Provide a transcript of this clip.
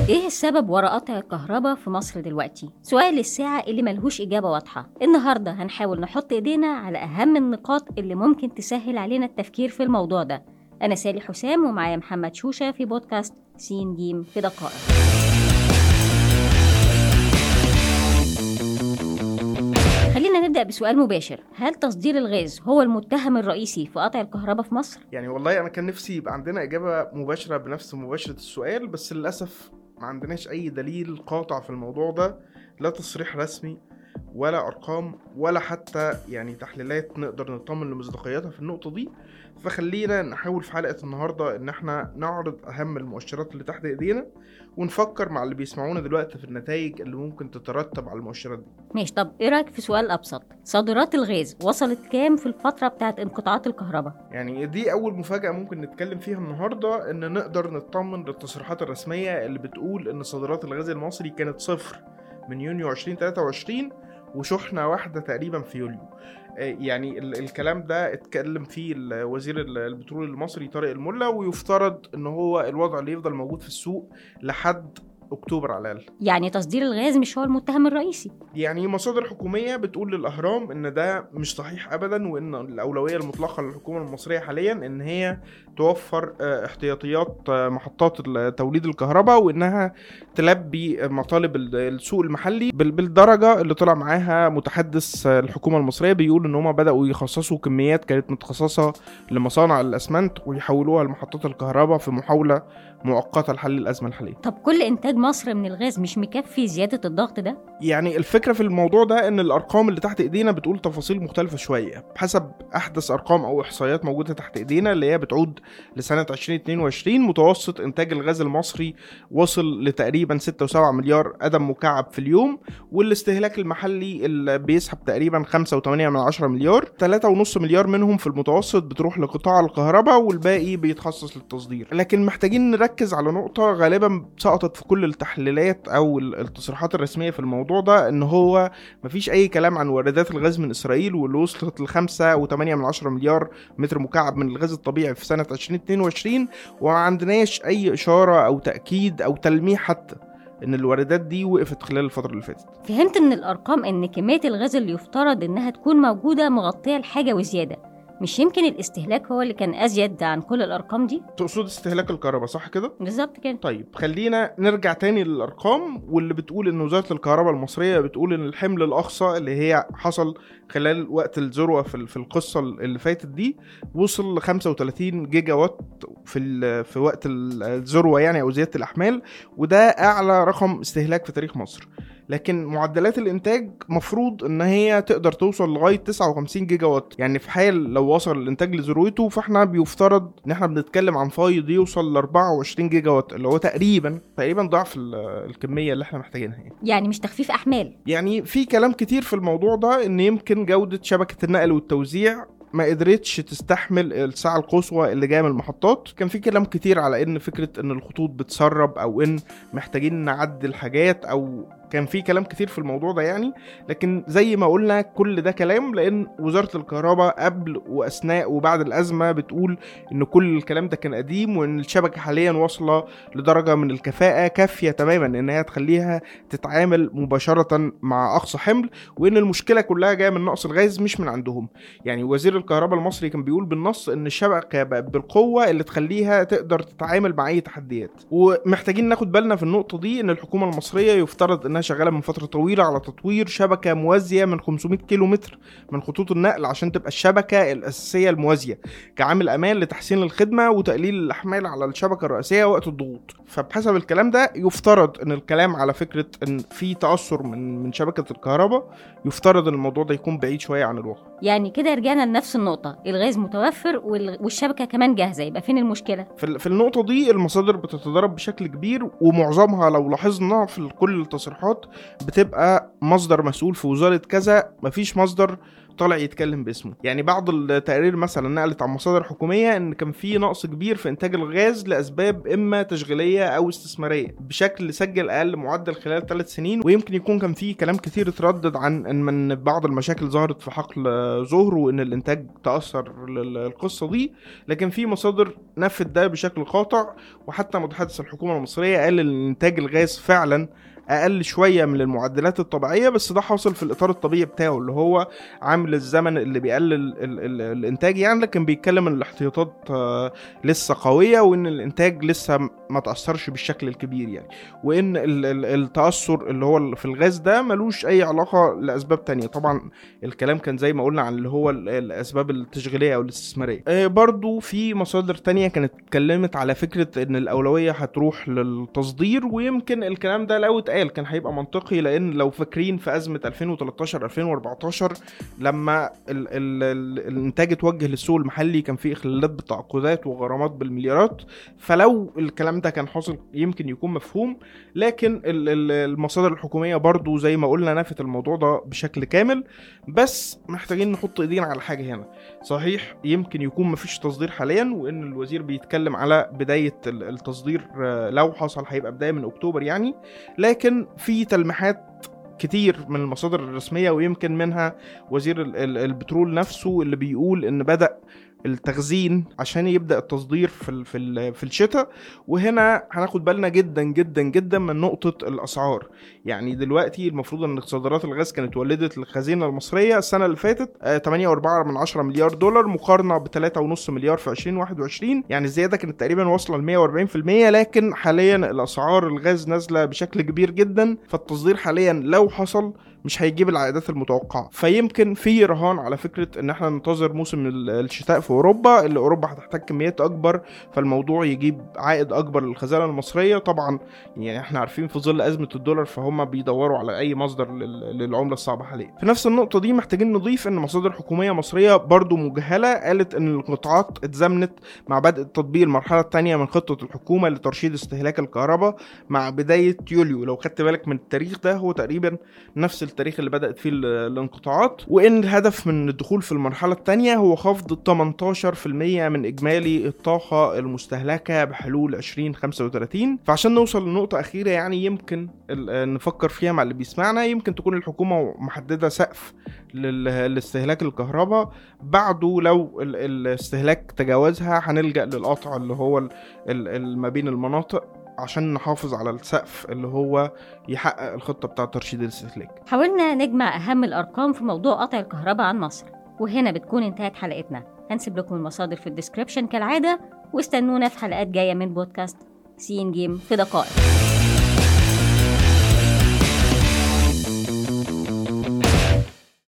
ايه السبب وراء قطع الكهرباء في مصر دلوقتي؟ سؤال الساعة اللي ملهوش إجابة واضحة. النهاردة هنحاول نحط ايدينا على أهم النقاط اللي ممكن تسهل علينا التفكير في الموضوع ده. أنا سالي حسام ومعايا محمد شوشة في بودكاست سين جيم في دقائق. خلينا نبدأ بسؤال مباشر. هل تصدير الغاز هو المتهم الرئيسي في قطع الكهرباء في مصر؟ يعني والله أنا كان نفسي يبقى عندنا إجابة مباشرة بنفس مباشرة السؤال، بس للأسف ما عندناش أي دليل قاطع في الموضوع ده، لا تصريح رسمي ولا أرقام ولا حتى يعني تحليلات نقدر نطمن لمصداقيتها في النقطة دي. فخلينا نحاول في حلقة النهاردة إن احنا نعرض أهم المؤشرات اللي تحت إيدينا ونفكر مع اللي بيسمعونا دلوقتي في النتائج اللي ممكن تترتب على المؤشرات دي. ماشي، طب إيه رأيك في سؤال أبسط؟ صادرات الغاز وصلت كام في الفترة بتاعت انقطاعات الكهرباء؟ يعني دي أول مفاجأة ممكن نتكلم فيها النهاردة، إن نقدر نطمن للتصريحات الرسمية اللي بتقول إن صادرات الغاز المصري كانت 0 من يونيو 2023 وشحنة واحدة تقريبا في يوليو. يعني الكلام ده اتكلم فيه وزير البترول المصري طارق الملا، ويفترض ان هو الوضع اللي يفضل موجود في السوق لحد اكتوبر على الاقل. يعني تصدير الغاز مش هو المتهم الرئيسي؟ يعني مصادر حكوميه بتقول للاهرام ان ده مش صحيح ابدا، وان الاولويه المطلقه للحكومه المصريه حاليا ان هي توفر احتياطيات محطات توليد الكهرباء، وانها تلبي مطالب السوق المحلي بالدرجه اللي طلع معاها متحدث الحكومه المصريه بيقول ان هم بداوا يخصصوا كميات كانت متخصصه لمصانع الاسمنت ويحولوها لمحطات الكهرباء في محاوله مؤقته لحل الازمه الحاليه. طب كل انتاج مصر من الغاز مش مكفي زياده الضغط ده؟ يعني الفكره في الموضوع ده ان الارقام اللي تحت ايدينا بتقول تفاصيل مختلفه شويه. بحسب احدث ارقام او احصائيات موجوده تحت ايدينا اللي هي بتعود لسنه 2022، متوسط انتاج الغاز المصري وصل لتقريبا 6.7 مليار قدم مكعب في اليوم، والاستهلاك المحلي اللي بيسحب تقريبا 5.8 مليار، 3.5 مليار منهم في المتوسط بتروح لقطاع الكهرباء والباقي بيتخصص للتصدير. لكن محتاجين نركز على نقطه غالبا سقطت في كل التحليلات او التصريحات الرسميه في الموضوع ده، ان هو مفيش اي كلام عن واردات الغاز من اسرائيل واللي وصلت ل 5.8 مليار متر مكعب من الغاز الطبيعي في سنه 2022، وما عندناش اي اشاره او تاكيد او تلميح حتى ان الواردات دي وقفت خلال الفتره اللي فاتت. فهمت من الارقام ان كميه الغاز اللي يفترض انها تكون موجوده مغطيه الحاجه وزياده. مش يمكن الاستهلاك هو اللي كان ازيد عن كل الارقام دي؟ تقصد استهلاك الكهرباء صح كده؟ بالظبط كده. طيب خلينا نرجع تاني للارقام واللي بتقول ان وزاره الكهرباء المصريه بتقول ان الحمل الاقصى اللي هي حصل خلال وقت الذروه في القصه اللي فاتت دي وصل ل 35 جيجا وات في وقت الذروه يعني او زياده الاحمال، وده اعلى رقم استهلاك في تاريخ مصر. لكن معدلات الانتاج مفروض ان هي تقدر توصل لغايه 59 جيجا وات، يعني في حال لو وصل الانتاج لذروته فاحنا بيفترض ان احنا بنتكلم عن فايض يوصل ل 24 جيجا وات، اللي هو تقريبا ضعف الكميه اللي احنا محتاجينها. يعني مش تخفيف احمال. يعني في كلام كتير في الموضوع ده ان يمكن جوده شبكه النقل والتوزيع ما قدرتش تستحمل الساعة القصوى اللي جاية من المحطات. كان في كلام كتير على ان فكرة ان الخطوط بتسرب او ان محتاجين نعدل حاجات، او كان في كلام كتير في الموضوع ده يعني. لكن زي ما قلنا كل ده كلام، لان وزارة الكهرباء قبل واثناء وبعد الازمة بتقول ان كل الكلام ده كان قديم، وان الشبكة حاليا واصلة لدرجة من الكفاءة كافية تماما انها تخليها تتعامل مباشرة مع اقصى حمل، وان المشكلة كلها جاية من نقص الغاز مش من عندهم. يعني وزير الكهرباء المصري كان بيقول بالنص ان الشبكة بقت بالقوة اللي تخليها تقدر تتعامل مع اي تحديات. ومحتاجين ناخد بالنا في النقطة دي ان الحكومة المصرية يفترض انها شغالة من فترة طويلة على تطوير شبكة موازية من 500 كيلو متر من خطوط النقل عشان تبقى الشبكة الأساسية الموازية كعامل أمان لتحسين الخدمة وتقليل الأحمال على الشبكة الرئيسية وقت الضغوط. فبحسب الكلام ده يفترض ان الكلام على فكرة ان في تأثر من شبكة الكهرباء، يفترض ان الموضوع ده يكون بعيد شوية عن الواقع. يعني كده رجعنا لنفس النقطة، الغاز متوفر والشبكة كمان جاهزة، يبقى فين المشكلة؟ في النقطة دي المصادر بتتضارب بشكل كبير، ومعظمها لو لاحظنا في كل التصريحات تصريحات بتبقى مصدر مسؤول في وزارة كذا، مفيش مصدر طالع يتكلم باسمه. يعني بعض التقارير مثلا نقلت عن مصادر حكومية ان كان في نقص كبير في انتاج الغاز لاسباب اما تشغيلية او استثمارية بشكل سجل اقل معدل خلال 3 سنين. ويمكن يكون كان في كلام كتير اتردد عن ان من بعض المشاكل ظهرت في حقل زهر وان الانتاج تأثر للقصة دي، لكن في مصادر نفت ده بشكل قاطع. وحتى متحدث الحكومة المصرية قال ان انتاج الغاز فعلا اقل شويه من المعدلات الطبيعيه، بس ده حاصل في الاطار الطبيعي بتاعه اللي هو عامل الزمن اللي بيقلل الانتاج يعني. لكن بيتكلم ان الاحتياطات لسه قويه وان الانتاج لسه ما تاثرش بالشكل الكبير يعني، وان التاثر اللي هو في الغاز ده ملوش اي علاقه لاسباب تانية. طبعا الكلام كان زي ما قلنا عن اللي هو الاسباب التشغيليه او الاستثماريه. برضو في مصادر تانية كانت اتكلمت على فكره ان الاولويه هتروح للتصدير، ويمكن الكلام ده لو كان هيبقى منطقي، لان لو فاكرين في ازمه 2013-2014 لما الانتاج اتوجه للسوق المحلي كان في اخلالات بالتعاقدات وغرامات بالمليارات. فلو الكلام ده كان حاصل يمكن يكون مفهوم، لكن المصادر الحكوميه برضو زي ما قلنا نفت الموضوع ده بشكل كامل. بس محتاجين نحط ايدينا على حاجه هنا. صحيح يمكن يكون مفيش تصدير حاليا، وان الوزير بيتكلم على بدايه التصدير لو حصل هيبقى بدايه من اكتوبر يعني، لكن في تلميحات كتير من المصادر الرسمية، ويمكن منها وزير البترول نفسه اللي بيقول ان بدأ التخزين عشان يبدأ التصدير في الشتاء. وهنا هناخد بالنا جدا جدا جدا من نقطة الأسعار. يعني دلوقتي المفروض ان صادرات الغاز كانت ولدت للخزينة المصرية السنة اللي فاتت 8.4 مليار دولار مقارنة ب3.5 مليار في 2021. يعني الزيادة كانت تقريبا واصلة ل140%، لكن حاليا الأسعار الغاز نازلة بشكل كبير جدا، فالتصدير حاليا لو حصل مش هيجيب العائدات المتوقعة. فيمكن في رهان على فكرة ان احنا ننتظر موسم الشتاء في اوروبا اللي اوروبا هتحتاج كميات اكبر، فالموضوع يجيب عائد اكبر للخزانة المصرية. طبعا يعني احنا عارفين في ظل ازمة الدولار فهم بيدوروا على اي مصدر للعملة الصعبة حاليا. في نفس النقطة دي محتاجين نضيف ان مصادر حكومية مصرية برضو مجهلة قالت ان القطاعات اتزامنت مع بدء تطبيق المرحلة الثانية من خطة الحكومة لترشيد استهلاك الكهرباء مع بداية يوليو. لو خدت بالك من التاريخ ده هو تقريبا نفس التاريخ اللي بدأت فيه الانقطاعات، وإن الهدف من الدخول في المرحلة الثانية هو خفض 18% من إجمالي الطاقة المستهلكة بحلول 2035. فعشان نوصل لنقطة أخيرة يعني يمكن نفكر فيها مع اللي بيسمعنا، يمكن تكون الحكومة محددة سقف للاستهلاك الكهرباء، بعده لو الاستهلاك تجاوزها هنلجأ للقطع اللي هو ما بين المناطق عشان نحافظ على السقف اللي هو يحقق الخطة بتاعة ترشيد الاستهلاك. حاولنا نجمع أهم الأرقام في موضوع قطع الكهرباء عن مصر، وهنا بتكون انتهت حلقتنا. هنسيب لكم المصادر في الديسكريبشن كالعادة، واستنونا في حلقات جاية من بودكاست سين جيم في دقائق.